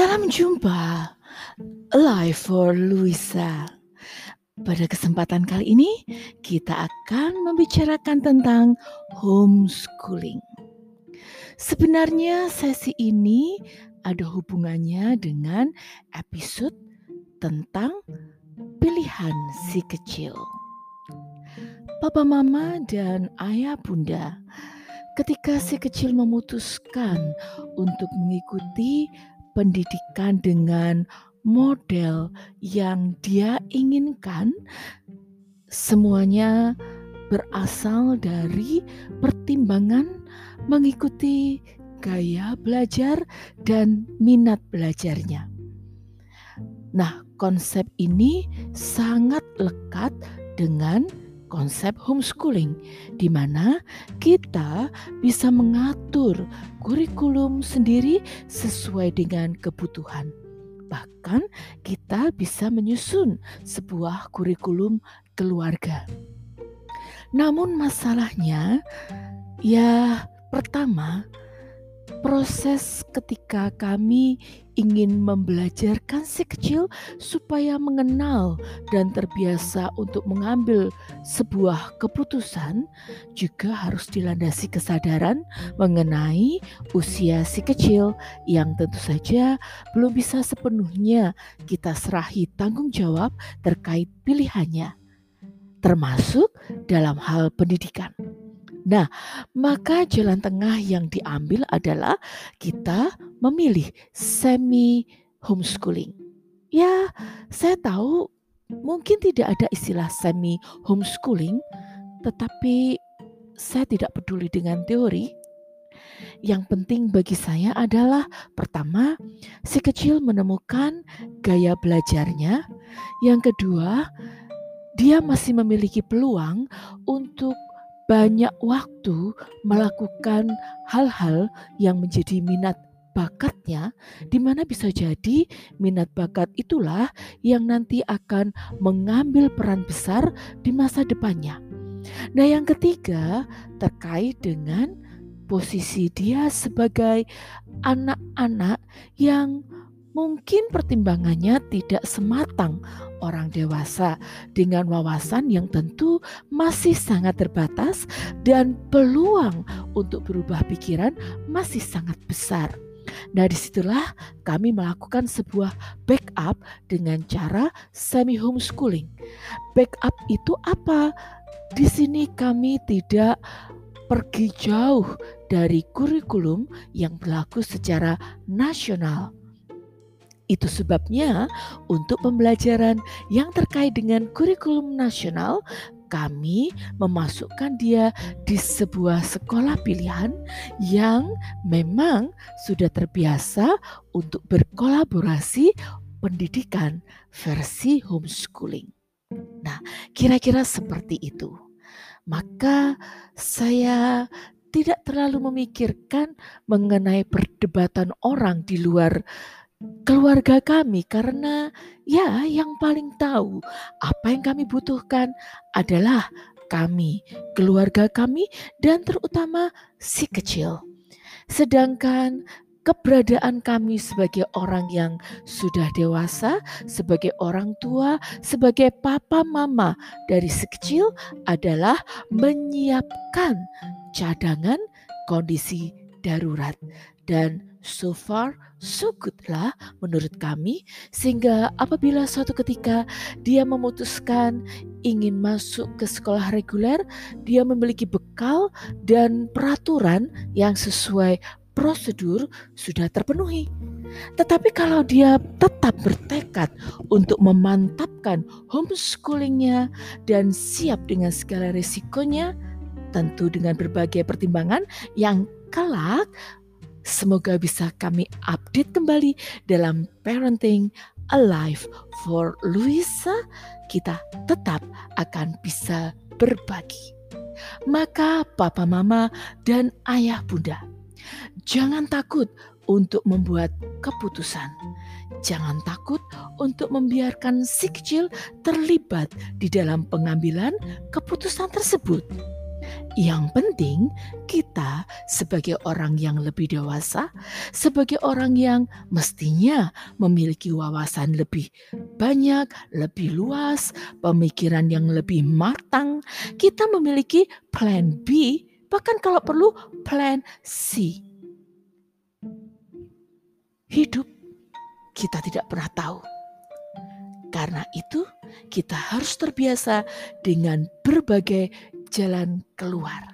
Salam jumpa, Alive for Luisa. Pada kesempatan kali ini, kita akan membicarakan tentang homeschooling. Sebenarnya sesi ini ada hubungannya dengan episode tentang pilihan si kecil. Papa mama dan ayah bunda, ketika si kecil memutuskan untuk mengikuti pendidikan dengan model yang dia inginkan, semuanya berasal dari pertimbangan mengikuti gaya belajar dan minat belajarnya. Nah, konsep ini sangat lekat dengan konsep homeschooling, di mana kita bisa mengatur kurikulum sendiri sesuai dengan kebutuhan. Bahkan kita bisa menyusun sebuah kurikulum keluarga. Namun masalahnya, pertama, proses ketika kami ingin membelajarkan si kecil supaya mengenal dan terbiasa untuk mengambil sebuah keputusan juga harus dilandasi kesadaran mengenai usia si kecil yang tentu saja belum bisa sepenuhnya kita serahi tanggung jawab terkait pilihannya, termasuk dalam hal pendidikan. Nah, maka jalan tengah yang diambil adalah kita memilih semi homeschooling. Ya, saya tahu mungkin tidak ada istilah semi homeschooling, tetapi saya tidak peduli dengan teori. Yang penting bagi saya adalah pertama, si kecil menemukan gaya belajarnya. Yang kedua, dia masih memiliki peluang untuk banyak waktu melakukan hal-hal yang menjadi minat bakatnya, di mana bisa jadi minat bakat itulah yang nanti akan mengambil peran besar di masa depannya. Nah, yang ketiga terkait dengan posisi dia sebagai anak-anak yang mungkin pertimbangannya tidak sematang orang dewasa dengan wawasan yang tentu masih sangat terbatas dan peluang untuk berubah pikiran masih sangat besar. Nah, disitulah kami melakukan sebuah backup dengan cara semi homeschooling. Backup itu apa? Di sini kami tidak pergi jauh dari kurikulum yang berlaku secara nasional. Itu sebabnya untuk pembelajaran yang terkait dengan kurikulum nasional, kami memasukkan dia di sebuah sekolah pilihan yang memang sudah terbiasa untuk berkolaborasi pendidikan versi homeschooling. Nah, kira-kira seperti itu. Maka saya tidak terlalu memikirkan mengenai perdebatan orang di luar keluarga kami, karena yang paling tahu apa yang kami butuhkan adalah kami, keluarga kami, dan terutama si kecil. Sedangkan keberadaan kami sebagai orang yang sudah dewasa, sebagai orang tua, sebagai papa mama dari si kecil adalah menyiapkan cadangan kondisi darurat. Dan so far so good lah menurut kami, sehingga apabila suatu ketika dia memutuskan ingin masuk ke sekolah reguler, dia memiliki bekal dan peraturan yang sesuai prosedur sudah terpenuhi. Tetapi kalau dia tetap bertekad untuk memantapkan homeschoolingnya dan siap dengan segala risikonya, tentu dengan berbagai pertimbangan yang kelak semoga bisa kami update kembali dalam Parenting Alive for Luisa. Kita tetap akan bisa berbagi. Maka papa mama dan ayah bunda, jangan takut untuk membuat keputusan. Jangan takut untuk membiarkan si kecil terlibat di dalam pengambilan keputusan tersebut. Yang penting kita sebagai orang yang lebih dewasa, sebagai orang yang mestinya memiliki wawasan lebih banyak, lebih luas, pemikiran yang lebih matang, kita memiliki plan B, bahkan kalau perlu plan C. Hidup kita tidak pernah tahu. Karena itu kita harus terbiasa dengan berbagai jalan keluar.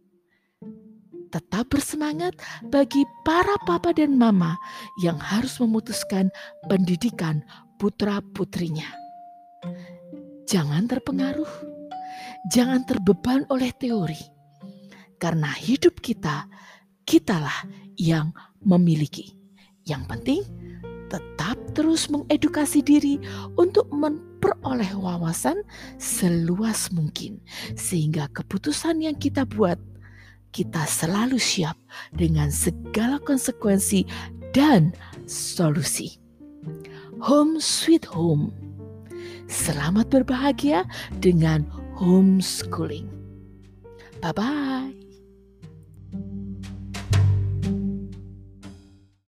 Tetap bersemangat bagi para papa dan mama yang harus memutuskan pendidikan putra-putrinya. Jangan terpengaruh, jangan terbeban oleh teori. Karena hidup kita, kitalah yang memiliki. Yang penting tetap terus mengedukasi diri untuk memperoleh wawasan seluas mungkin. Sehingga keputusan yang kita buat, kita selalu siap dengan segala konsekuensi dan solusi. Home sweet home. Selamat berbahagia dengan homeschooling. Bye-bye.